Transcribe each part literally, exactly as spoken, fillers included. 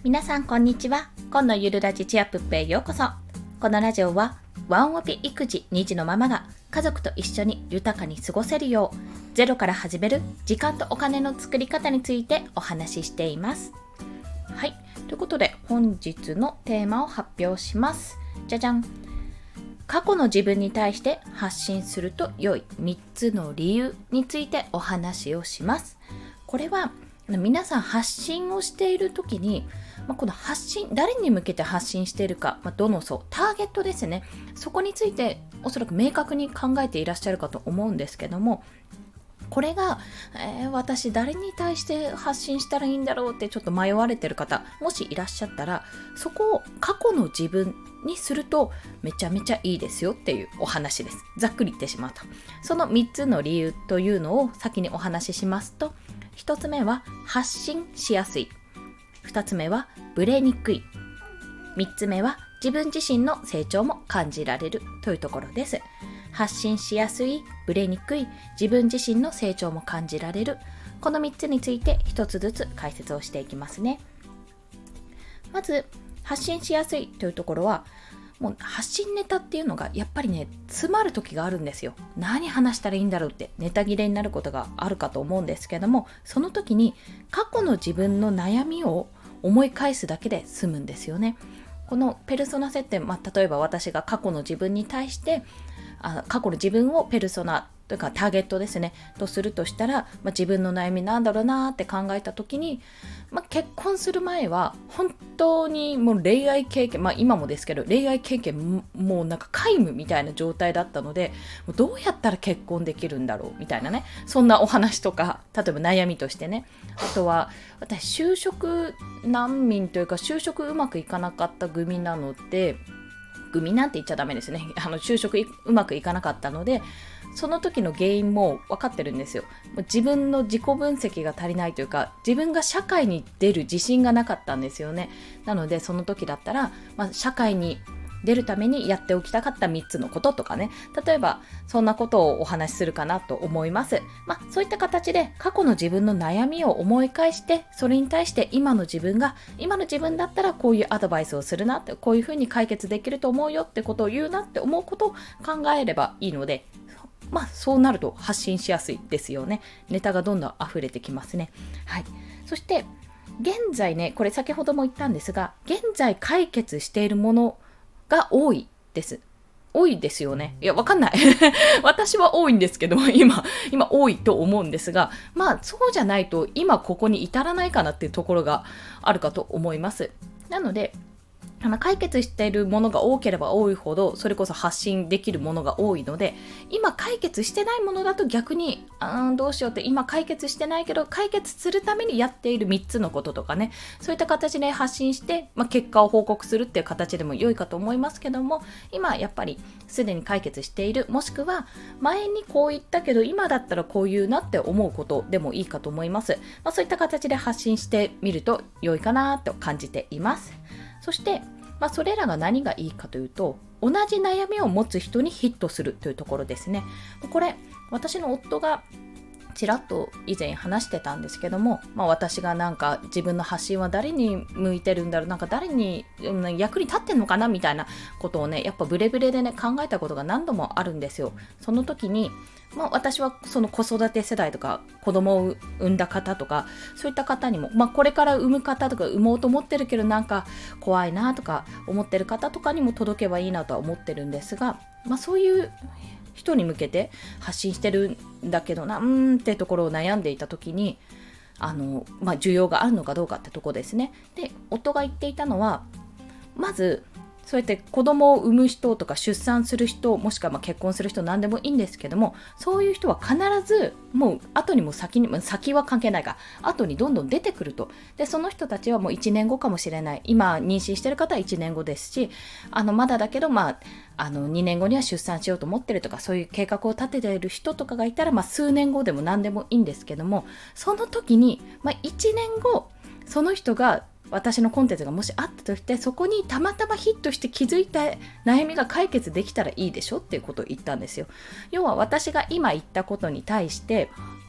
皆さんこんにちは。今のゆるラジチアプップへようこそ。このラジオはワンオペ育児に児のママが家族と一緒に豊かに過ごせるようゼロから始める時間とお金の作り方についてお話ししています。はい、ということで本日のテーマを発表します。じゃじゃん。過去の自分に対して発信すると良いみっつの理由についてお話をします。これは皆さん発信をしているときに、まあ、この発信、誰に向けて発信しているか、まあ、どの層、ターゲットですね。そこについておそらく明確に考えていらっしゃるかと思うんですけども、これが、えー、私誰に対して発信したらいいんだろうってちょっと迷われてる方、もしいらっしゃったら、そこを過去の自分にするとめちゃめちゃいいですよっていうお話です。ざっくり言ってしまうと。そのみっつの理由というのを先にお話ししますと、ひとつめは発信しやすい。ふたつめはブレにくい。みっつめは自分自身の成長も感じられるというところです。発信しやすい、ブレにくい、自分自身の成長も感じられる。このみっつについてひとつずつ解説をしていきますね。まず発信しやすいというところは、もう発信ネタっていうのがやっぱりね、詰まる時があるんですよ。何話したらいいんだろうってネタ切れになることがあるかと思うんですけども、その時に過去の自分の悩みを思い返すだけで済むんですよね。このペルソナ設定、まあ、例えば私が過去の自分に対してあ過去の自分をペルソナというかターゲットですねとするとしたら、まあ、自分の悩みなんだろうなって考えた時に、まあ、結婚する前は本当にもう恋愛経験、まあ今もですけど恋愛経験もうなんか皆無みたいな状態だったので、どうやったら結婚できるんだろうみたいなね、そんなお話とか、例えば悩みとしてね、あとは私就職難民というか就職うまくいかなかった組なので、組なんて言っちゃダメですね。あの就職うまくいかなかったので、その時の原因も分かってるんですよ。自分の自己分析が足りないというか、自分が社会に出る自信がなかったんですよね。なのでその時だったら、まあ、社会に出るためにやっておきたかったみっつのこととかね、例えばそんなことをお話しするかなと思います。まあ、そういった形で過去の自分の悩みを思い返して、それに対して今の自分が今の自分だったらこういうアドバイスをするなって、こういうふうに解決できると思うよってことを言うなって思うことを考えればいいので、まあそうなると発信しやすいですよね。ネタがどんどん溢れてきますね。はい。そして現在ね、これ先ほども言ったんですが、現在解決しているものが多いです。多いですよね。いや、わかんない。私は多いんですけど、今、今多いと思うんですが、まあそうじゃないと今ここに至らないかなっていうところがあるかと思います。なので、あの解決しているものが多ければ多いほど、それこそ発信できるものが多いので、今解決してないものだと逆にあーどうしようって、今解決してないけど解決するためにやっているみっつのこととかね、そういった形で発信して、まあ、結果を報告するっていう形でも良いかと思いますけども、今やっぱりすでに解決している、もしくは前にこう言ったけど今だったらこう言うなって思うことでもいいかと思います。まあ、そういった形で発信してみると良いかなと感じています。そして、まあ、それらが何がいいかというと、同じ悩みを持つ人にヒットするというところですね。これ私の夫がちらっと以前話してたんですけども、まあ、私がなんか自分の発信は誰に向いてるんだろう、なんか誰に、うん、役に立ってんのかなみたいなことをね、やっぱブレブレでね考えたことが何度もあるんですよ。その時に、まあ、私はその子育て世代とか子供を産んだ方とかそういった方にも、まあ、これから産む方とか産もうと思ってるけどなんか怖いなとか思ってる方とかにも届けばいいなとは思ってるんですが、まあ、そういう人に向けて発信してるんだけどな、うーんってところを悩んでいた時に、あの、まあ、需要があるのかどうかってとこですね。で、夫が言っていたのは、まずそうやって子供を産む人とか出産する人、もしくはまあ結婚する人何でもいいんですけども、そういう人は必ずもう後にも先にも、先は関係ないか、後にどんどん出てくると。で、その人たちはもういちねんごかもしれない。今妊娠してる方はいちねんごですし、あのまだだけどまああのにねんごには出産しようと思ってるとか、そういう計画を立てている人とかがいたら、まあ数年後でも何でもいいんですけども、その時にまあいちねんごその人が私のコンテンツがもしあったとして、そこにたまたまヒットして気づいた悩みが解決できたらいいでしょっていうことを言ったんですよ。要は私が今言ったことに対して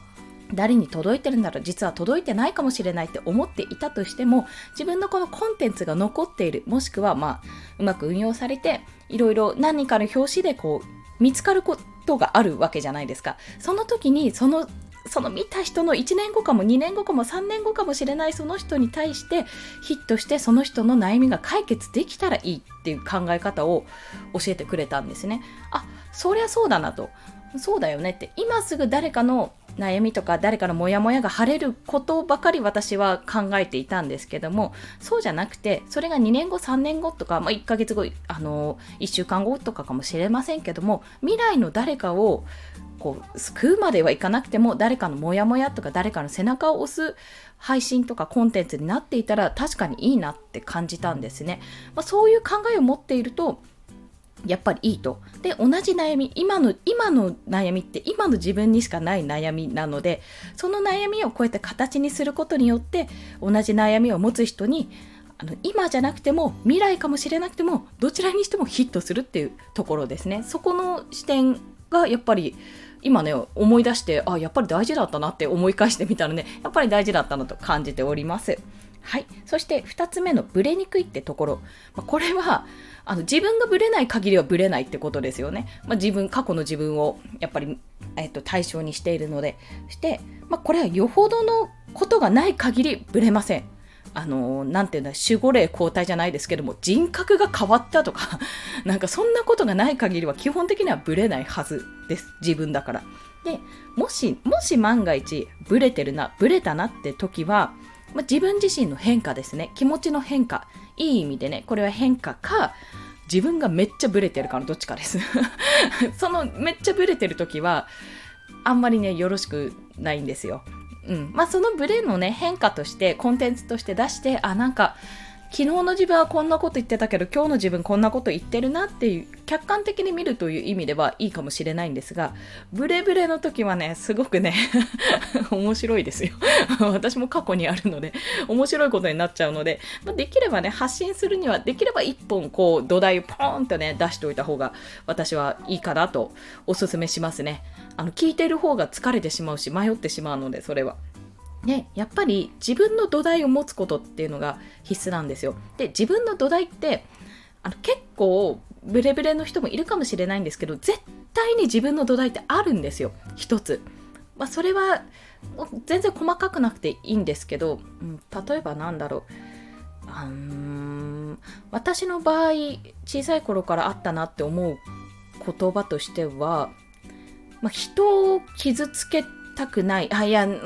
誰に届いてるんだろう、実は届いてないかもしれないって思っていたとしても、自分のこのコンテンツが残っている、もしくはまあうまく運用されて、いろいろ何かの表紙でこう見つかることがあるわけじゃないですか。その時にそのその見た人のいちねんごかもにねんごかもさんねんごかもしれないその人に対してヒットして、その人の悩みが解決できたらいいっていう考え方を教えてくれたんですね。あ、そりゃそうだなと、そうだよねって、今すぐ誰かの悩みとか誰かのモヤモヤが晴れることばかり私は考えていたんですけども、そうじゃなくて、それがにねんごさんねんごとか、まあ、いっかげつご、あのいっしゅうかんごとかかもしれませんけども、未来の誰かをこう救うまではいかなくても、誰かのモヤモヤとか誰かの背中を押す配信とかコンテンツになっていたら確かにいいなって感じたんですね。まあ、そういう考えを持っているとやっぱりいいと。で、同じ悩み、今の今の悩みって今の自分にしかない悩みなので、その悩みをこうやって形にすることによって、同じ悩みを持つ人にあの今じゃなくても未来かもしれなくてもどちらにしてもヒットするっていうところですね。そこの視点がやっぱり今ね思い出して、あ、やっぱり大事だったなって思い返してみたらね、やっぱり大事だったなと感じております。はい。そしてふたつめのブレにくいってところ、まあ、これはあの自分がブレない限りはブレないってことですよね。まあ、自分過去の自分をやっぱり、えっと、対象にしているので、して、まあ、これはよほどのことがない限りブレません。あのなんていうんだ、守護霊交代じゃないですけども、人格が変わったとかなんかそんなことがない限りは基本的にはブレないはずです。自分だから。で、もしもし万が一ブレてるな、ブレたなって時は、まあ、自分自身の変化ですね。気持ちの変化、いい意味でね、これは変化か自分がめっちゃブレてるかのどっちかですそのめっちゃブレてる時はあんまりねよろしくないんですよ。うん、まあそのブレのね変化としてコンテンツとして出して、あ、なんか昨日の自分はこんなこと言ってたけど今日の自分こんなこと言ってるなっていう客観的に見るという意味ではいいかもしれないんですが、ブレブレの時はねすごくね面白いですよ私も過去にあるので面白いことになっちゃうので、まあ、できればね発信するにはできれば一本こう土台をポーンとね出しておいた方が私はいいかなとおすすめしますね。あの聞いてる方が疲れてしまうし迷ってしまうので、それはね、やっぱり自分の土台を持つことっていうのが必須なんですよ。で、自分の土台ってあの結構ブレブレの人もいるかもしれないんですけど、絶対に自分の土台ってあるんですよ、一つ。まあ、それは全然細かくなくていいんですけど、うん、例えばなんだろう、あん私の場合小さい頃からあったなって思う言葉としては、まあ、人を傷つけたくない。あ、いや、うん、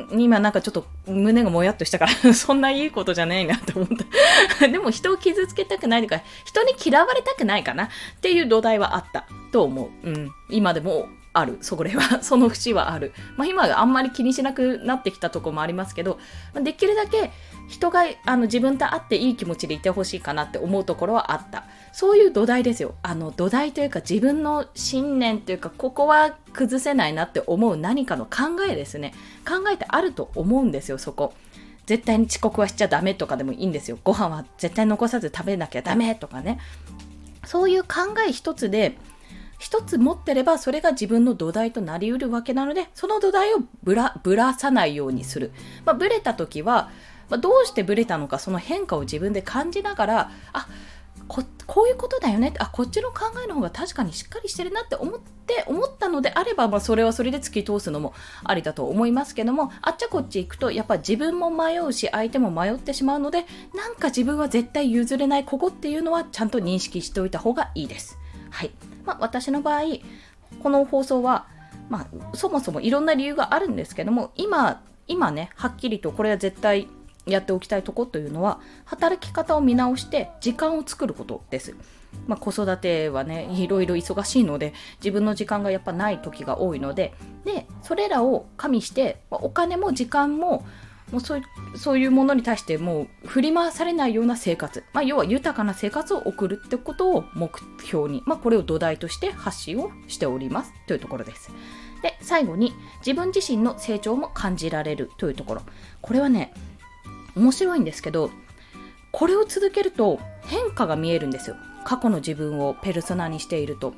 今なんかちょっと胸がもやっとしたからそんないいことじゃないなと思ったでも人を傷つけたくないとか、人に嫌われたくないかなっていう土台はあったと思う。うん、今でもある。それはその節はある。まあ、今はあんまり気にしなくなってきたところもありますけど、できるだけ人があの自分と会っていい気持ちでいてほしいかなって思うところはあった。そういう土台ですよ。あの土台というか自分の信念というか、ここは崩せないなって思う何かの考えですね。考えてあると思うんですよ、そこ。絶対に遅刻はしちゃダメとかでもいいんですよ。ご飯は絶対残さず食べなきゃダメとかね。そういう考え一つで一つ持ってればそれが自分の土台となりうるわけなので、その土台をぶら、ぶらさないようにする。まあ、ぶれた時は、まあ、どうしてぶれたのか、その変化を自分で感じながら、あ、こ, こういうことだよね、あ、こっちの考えの方が確かにしっかりしてるなって思って思ったのであれば、まあ、それはそれで突き通すのもありだと思いますけども、あっちゃこっち行くとやっぱ自分も迷うし相手も迷ってしまうので、なんか自分は絶対譲れないここっていうのはちゃんと認識しておいた方がいいです。はい。まあ、私の場合この放送は、まあ、そもそもいろんな理由があるんですけども、今今ねはっきりとこれは絶対やっておきたいところというのは、働き方を見直して時間を作ることです。まあ、子育てはねいろいろ忙しいので自分の時間がやっぱない時が多いので、でそれらを加味してお金も時間ももうそういう、そういうものに対してもう振り回されないような生活、まあ、要は豊かな生活を送るってことを目標に、まあ、これを土台として発信をしておりますというところです。で、最後に自分自身の成長も感じられるというところ、これはね面白いんですけど、これを続けると変化が見えるんですよ。過去の自分をペルソナにしていると、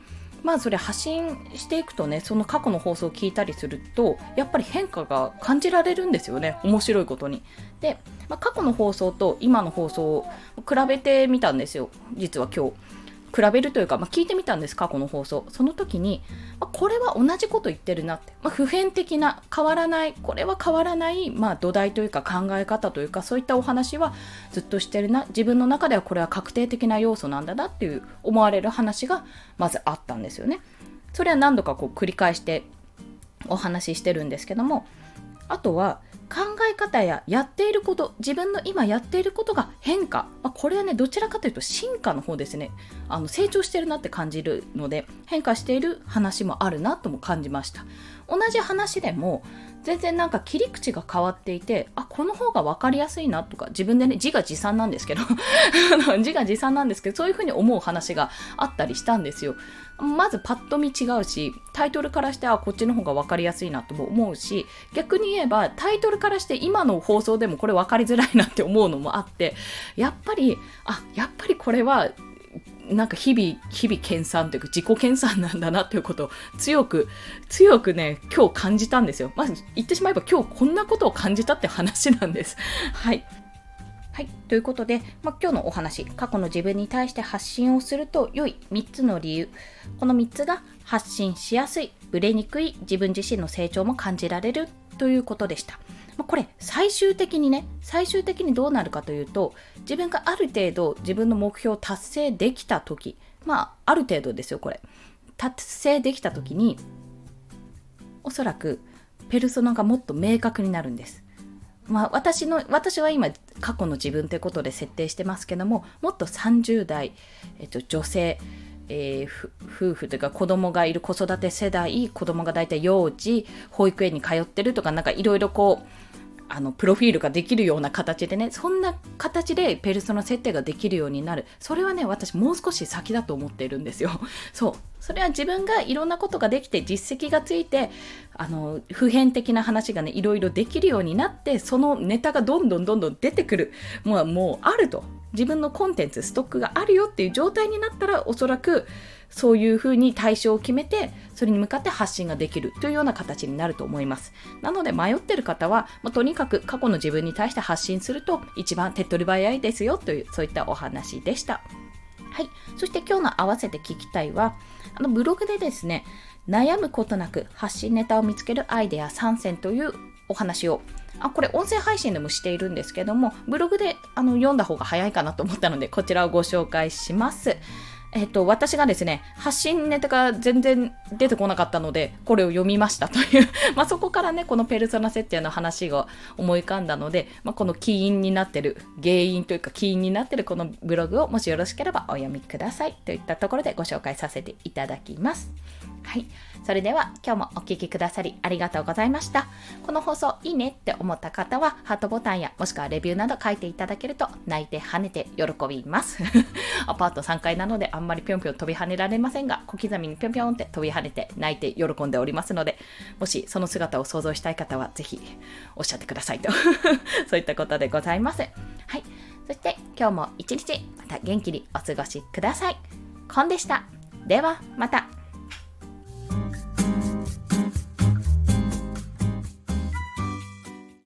まあそれ発信していくとね、その過去の放送を聞いたりするとやっぱり変化が感じられるんですよね、面白いことに。で、まあ、過去の放送と今の放送を比べてみたんですよ、実は今日。比べるというか、まあ、聞いてみたんです、過去の放送。その時に、まあ、これは同じこと言ってるなって、まあ、普遍的な変わらない、これは変わらない、まあ、土台というか考え方というか、そういったお話はずっとしてるな、自分の中ではこれは確定的な要素なんだなっていう思われる話がまずあったんですよね。それは何度かこう繰り返してお話ししてるんですけども、あとは考え方ややっていること、自分の今やっていることが変化、まあ、これはねどちらかというと進化の方ですね。あの成長してるなって感じるので、変化している話もあるなとも感じました。同じ話でも全然なんか切り口が変わっていて、あ、この方が分かりやすいなとか、自分でね自画自賛なんですけど自画自賛なんですけどそういう風に思う話があったりしたんですよ。まずパッと見違うし、タイトルからしてあこっちの方が分かりやすいなとも思うし、逆に言えばタイトルからして今の放送でもこれ分かりづらいなって思うのもあって、やっぱりあやっぱりこれはなんか日々日々研鑽というか自己研鑽なんだなということを強く強くね今日感じたんですよ。まず言ってしまえば今日こんなことを感じたって話なんですはいはい、ということで、まあ、今日のお話、過去の自分に対して発信をすると良いみっつの理由、このみっつが発信しやすい、ブレにくい、自分自身の成長も感じられるということでした。まあ、これ最終的にね最終的にどうなるかというと、自分がある程度自分の目標を達成できたとき、まあある程度ですよ、これ達成できたときにおそらくペルソナがもっと明確になるんです。まあ、私の私は今過去の自分ということで設定してますけども、もっとさんじゅう代、えっと、女性、えー、夫婦というか子供がいる子育て世代、子供がだいたい幼児保育園に通ってるとか、なんかいろいろこうあのプロフィールができるような形でね、そんな形でペルソナ設定ができるようになる。それはね私もう少し先だと思っているんですよ。そうそれは自分がいろんなことができて実績がついて、あの普遍的な話がねいろいろできるようになって、そのネタがどんどんどんどん出てくる、もう、もうあると、自分のコンテンツストックがあるよっていう状態になったら、おそらくそういうふうに対象を決めてそれに向かって発信ができるというような形になると思います。なので迷ってる方は、まあ、とにかく過去の自分に対して発信すると一番手っ取り早いですよという、そういったお話でした。はい、そして今日の合わせて聞きたいは、あのブログでですね、悩むことなく発信ネタを見つけるアイデアさんせんというお話を、あこれ音声配信でもしているんですけども、ブログであの読んだ方が早いかなと思ったのでこちらをご紹介します。えっと、私がですね、発信ネタが全然出てこなかったので、これを読みましたというまあそこからね、このペルソナ設定の話が思い浮かんだので、まあ、この起因になってる、原因というか起因になってるこのブログをもしよろしければお読みくださいといったところでご紹介させていただきます。はい。それでは今日もお聞きくださりありがとうございました。この放送いいねって思った方はハートボタンやもしくはレビューなど書いていただけると泣いて跳ねて喜びますアパートさんがいなのであんまりぴょんぴょん飛び跳ねられませんが、小刻みにぴょんぴょんって飛び跳ねて泣いて喜んでおりますので、もしその姿を想像したい方はぜひおっしゃってくださいとそういったことでございます。はい。そして今日も一日また元気にお過ごしください。コンでした。ではまた。